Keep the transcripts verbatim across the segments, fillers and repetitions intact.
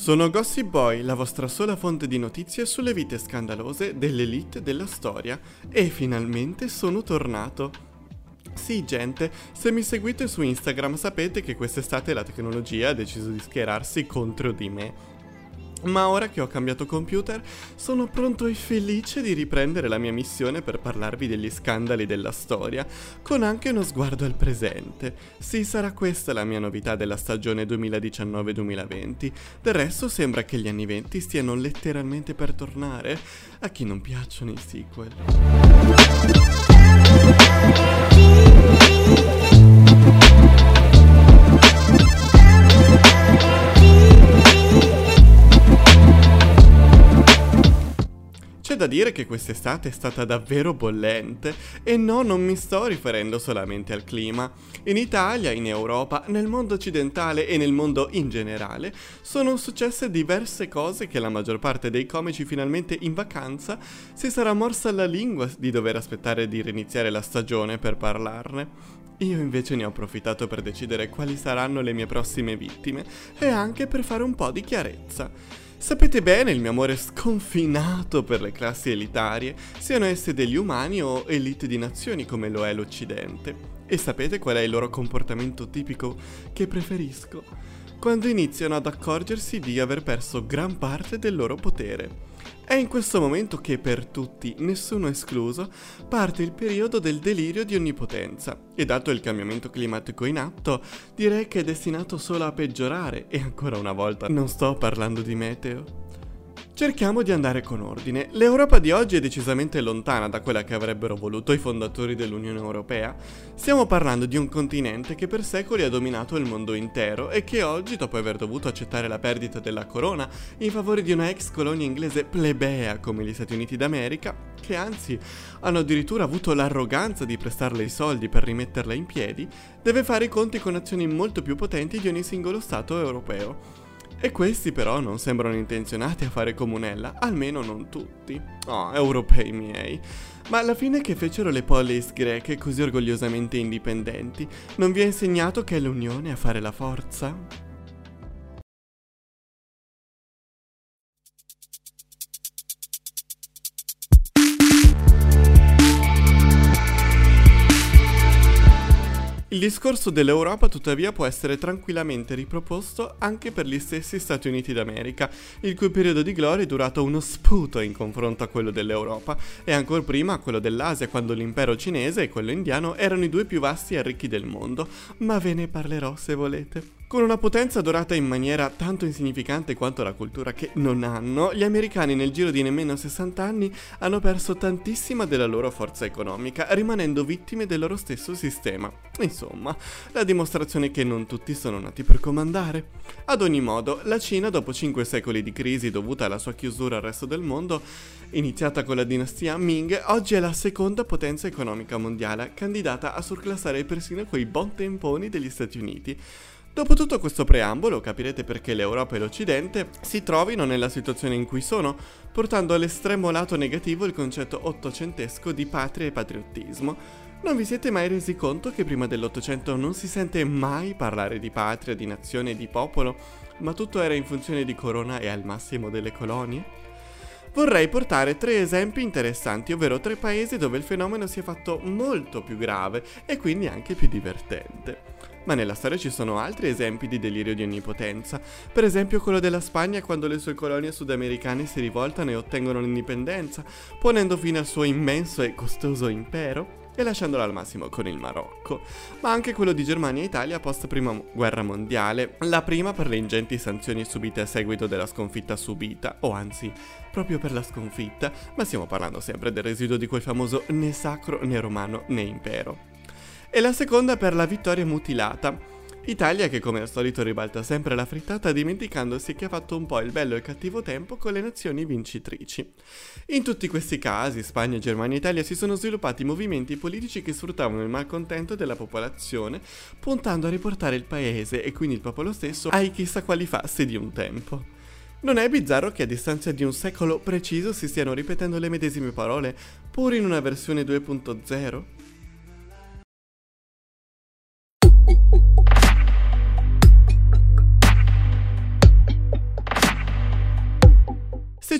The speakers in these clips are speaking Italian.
Sono Gossip Boy, la vostra sola fonte di notizie sulle vite scandalose dell'elite della storia. E finalmente sono tornato. Sì, gente, se mi seguite su Instagram sapete che quest'estate la tecnologia ha deciso di schierarsi contro di me. Ma ora che ho cambiato computer, sono pronto e felice di riprendere la mia missione per parlarvi degli scandali della storia, con anche uno sguardo al presente. Sì, sarà questa la mia novità della stagione duemiladiciannove duemilaventi. Del resto sembra che gli anni venti stiano letteralmente per tornare, a chi non piacciono i sequel. C'è da dire che quest'estate è stata davvero bollente, e no, non mi sto riferendo solamente al clima. In Italia, in Europa, nel mondo occidentale e nel mondo in generale, sono successe diverse cose che la maggior parte dei comici finalmente in vacanza si sarà morsa la lingua di dover aspettare di riniziare la stagione per parlarne. Io invece ne ho approfittato per decidere quali saranno le mie prossime vittime e anche per fare un po' di chiarezza. Sapete bene il mio amore sconfinato per le classi elitarie, siano esse degli umani o elite di nazioni come lo è l'Occidente. E sapete qual è il loro comportamento tipico che preferisco? Quando iniziano ad accorgersi di aver perso gran parte del loro potere. È in questo momento che per tutti, nessuno escluso, parte il periodo del delirio di onnipotenza, e dato il cambiamento climatico in atto, direi che è destinato solo a peggiorare, e ancora una volta non sto parlando di meteo. Cerchiamo di andare con ordine. L'Europa di oggi è decisamente lontana da quella che avrebbero voluto i fondatori dell'Unione Europea. Stiamo parlando di un continente che per secoli ha dominato il mondo intero e che oggi, dopo aver dovuto accettare la perdita della corona in favore di una ex colonia inglese plebea come gli Stati Uniti d'America, che anzi hanno addirittura avuto l'arroganza di prestarle i soldi per rimetterla in piedi, deve fare i conti con nazioni molto più potenti di ogni singolo Stato europeo. E questi però non sembrano intenzionati a fare comunella, almeno non tutti. Oh, europei miei. Ma alla fine che fecero le polis greche così orgogliosamente indipendenti? Non vi ha insegnato che è l'unione a fare la forza? Il discorso dell'Europa tuttavia può essere tranquillamente riproposto anche per gli stessi Stati Uniti d'America, il cui periodo di gloria è durato uno sputo in confronto a quello dell'Europa, e ancor prima a quello dell'Asia, quando l'impero cinese e quello indiano erano i due più vasti e ricchi del mondo, ma ve ne parlerò se volete. Con una potenza dorata in maniera tanto insignificante quanto la cultura che non hanno, gli americani nel giro di nemmeno sessanta anni hanno perso tantissima della loro forza economica, rimanendo vittime del loro stesso sistema. Insomma, la dimostrazione che non tutti sono nati per comandare. Ad ogni modo, la Cina, dopo cinque secoli di crisi dovuta alla sua chiusura al resto del mondo, iniziata con la dinastia Ming, oggi è la seconda potenza economica mondiale, candidata a surclassare persino quei buon-temponi degli Stati Uniti. Dopo tutto questo preambolo, capirete perché l'Europa e l'Occidente si trovino nella situazione in cui sono, portando all'estremo lato negativo il concetto ottocentesco di patria e patriottismo. Non vi siete mai resi conto che prima dell'Ottocento non si sente mai parlare di patria, di nazione e di popolo, ma tutto era in funzione di corona e al massimo delle colonie? Vorrei portare tre esempi interessanti, ovvero tre paesi dove il fenomeno si è fatto molto più grave e quindi anche più divertente. Ma nella storia ci sono altri esempi di delirio di onnipotenza, per esempio quello della Spagna quando le sue colonie sudamericane si rivoltano e ottengono l'indipendenza, ponendo fine al suo immenso e costoso impero e lasciandolo al massimo con il Marocco. Ma anche quello di Germania e Italia post prima guerra mondiale, la prima per le ingenti sanzioni subite a seguito della sconfitta subita, o anzi proprio per la sconfitta, ma stiamo parlando sempre del residuo di quel famoso né sacro né romano né impero. E la seconda per la vittoria mutilata. Italia che come al solito ribalta sempre la frittata dimenticandosi che ha fatto un po' il bello e il cattivo tempo con le nazioni vincitrici. In tutti questi casi, Spagna, Germania e Italia si sono sviluppati movimenti politici che sfruttavano il malcontento della popolazione, puntando a riportare il paese e quindi il popolo stesso ai chissà quali fasti di un tempo. Non è bizzarro che a distanza di un secolo preciso si stiano ripetendo le medesime parole, pur in una versione due punto zero?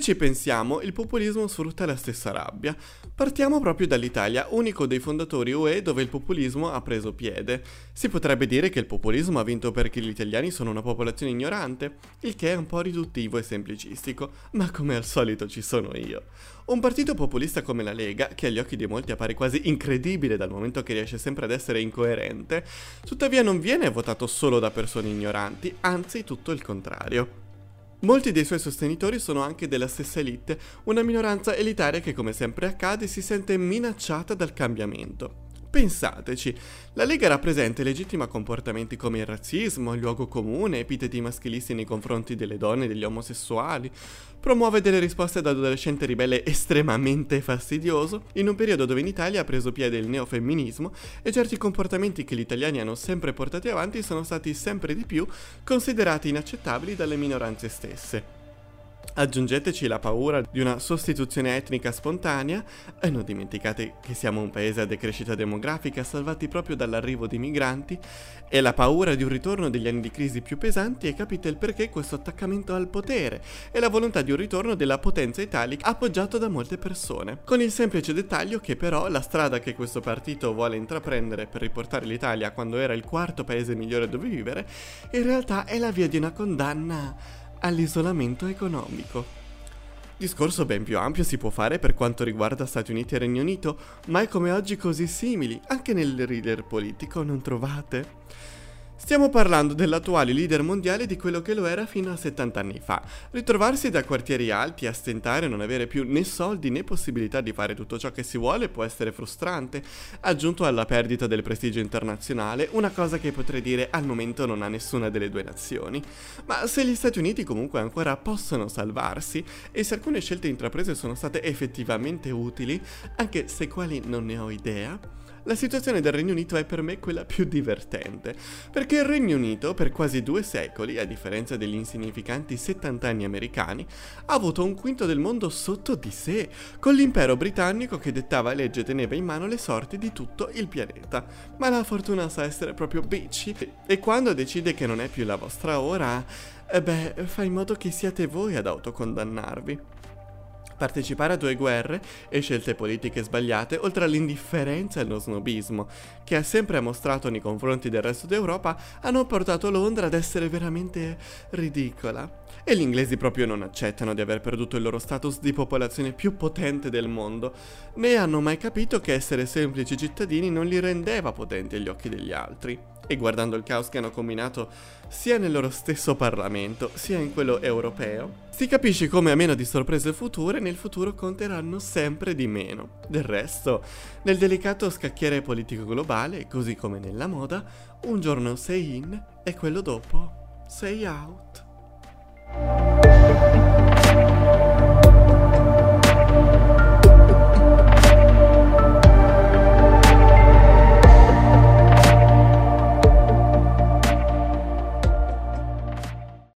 ci pensiamo, il populismo sfrutta la stessa rabbia. Partiamo proprio dall'Italia, unico dei fondatori U E dove il populismo ha preso piede. Si potrebbe dire che il populismo ha vinto perché gli italiani sono una popolazione ignorante, il che è un po' riduttivo e semplicistico, ma come al solito ci sono io. Un partito populista come la Lega, che agli occhi di molti appare quasi incredibile dal momento che riesce sempre ad essere incoerente, tuttavia non viene votato solo da persone ignoranti, anzi tutto il contrario. Molti dei suoi sostenitori sono anche della stessa elite, una minoranza elitaria che, come sempre accade, si sente minacciata dal cambiamento. Pensateci, la Lega rappresenta e legittima comportamenti come il razzismo, il luogo comune, epiteti maschilisti nei confronti delle donne e degli omosessuali, promuove delle risposte da adolescente ribelle estremamente fastidioso, in un periodo dove in Italia ha preso piede il neofemminismo e certi comportamenti che gli italiani hanno sempre portati avanti sono stati sempre di più considerati inaccettabili dalle minoranze stesse. Aggiungeteci la paura di una sostituzione etnica spontanea, e non dimenticate che siamo un paese a decrescita demografica salvati proprio dall'arrivo di migranti, e la paura di un ritorno degli anni di crisi più pesanti, e capite il perché questo attaccamento al potere e la volontà di un ritorno della potenza italica appoggiato da molte persone. Con il semplice dettaglio che però la strada che questo partito vuole intraprendere per riportare l'Italia quando era il quarto paese migliore dove vivere, in realtà è la via di una condanna all'isolamento economico. Discorso ben più ampio si può fare per quanto riguarda Stati Uniti e Regno Unito, mai come oggi così simili, anche nel leader politico, non trovate? Stiamo parlando dell'attuale leader mondiale di quello che lo era fino a settanta anni fa. Ritrovarsi da quartieri alti a stentare e non avere più né soldi né possibilità di fare tutto ciò che si vuole può essere frustrante, aggiunto alla perdita del prestigio internazionale, una cosa che potrei dire al momento non ha nessuna delle due nazioni. Ma se gli Stati Uniti comunque ancora possono salvarsi, e se alcune scelte intraprese sono state effettivamente utili, anche se quali non ne ho idea, la situazione del Regno Unito è per me quella più divertente, perché il Regno Unito per quasi due secoli, a differenza degli insignificanti settanta anni americani, ha avuto un quinto del mondo sotto di sé, con l'impero britannico che dettava legge e teneva in mano le sorti di tutto il pianeta. Ma la fortuna sa essere proprio bitchy, e quando decide che non è più la vostra ora, eh beh, fa in modo che siate voi ad autocondannarvi. Partecipare a due guerre e scelte politiche sbagliate, oltre all'indifferenza e allo snobismo, che ha sempre mostrato nei confronti del resto d'Europa, hanno portato Londra ad essere veramente ridicola. E gli inglesi proprio non accettano di aver perduto il loro status di popolazione più potente del mondo, né hanno mai capito che essere semplici cittadini non li rendeva potenti agli occhi degli altri. E guardando il caos che hanno combinato sia nel loro stesso Parlamento, sia in quello europeo, si capisce come a meno di sorprese future, nel futuro conteranno sempre di meno. Del resto, nel delicato scacchiere politico globale, così come nella moda, un giorno sei in e quello dopo sei out.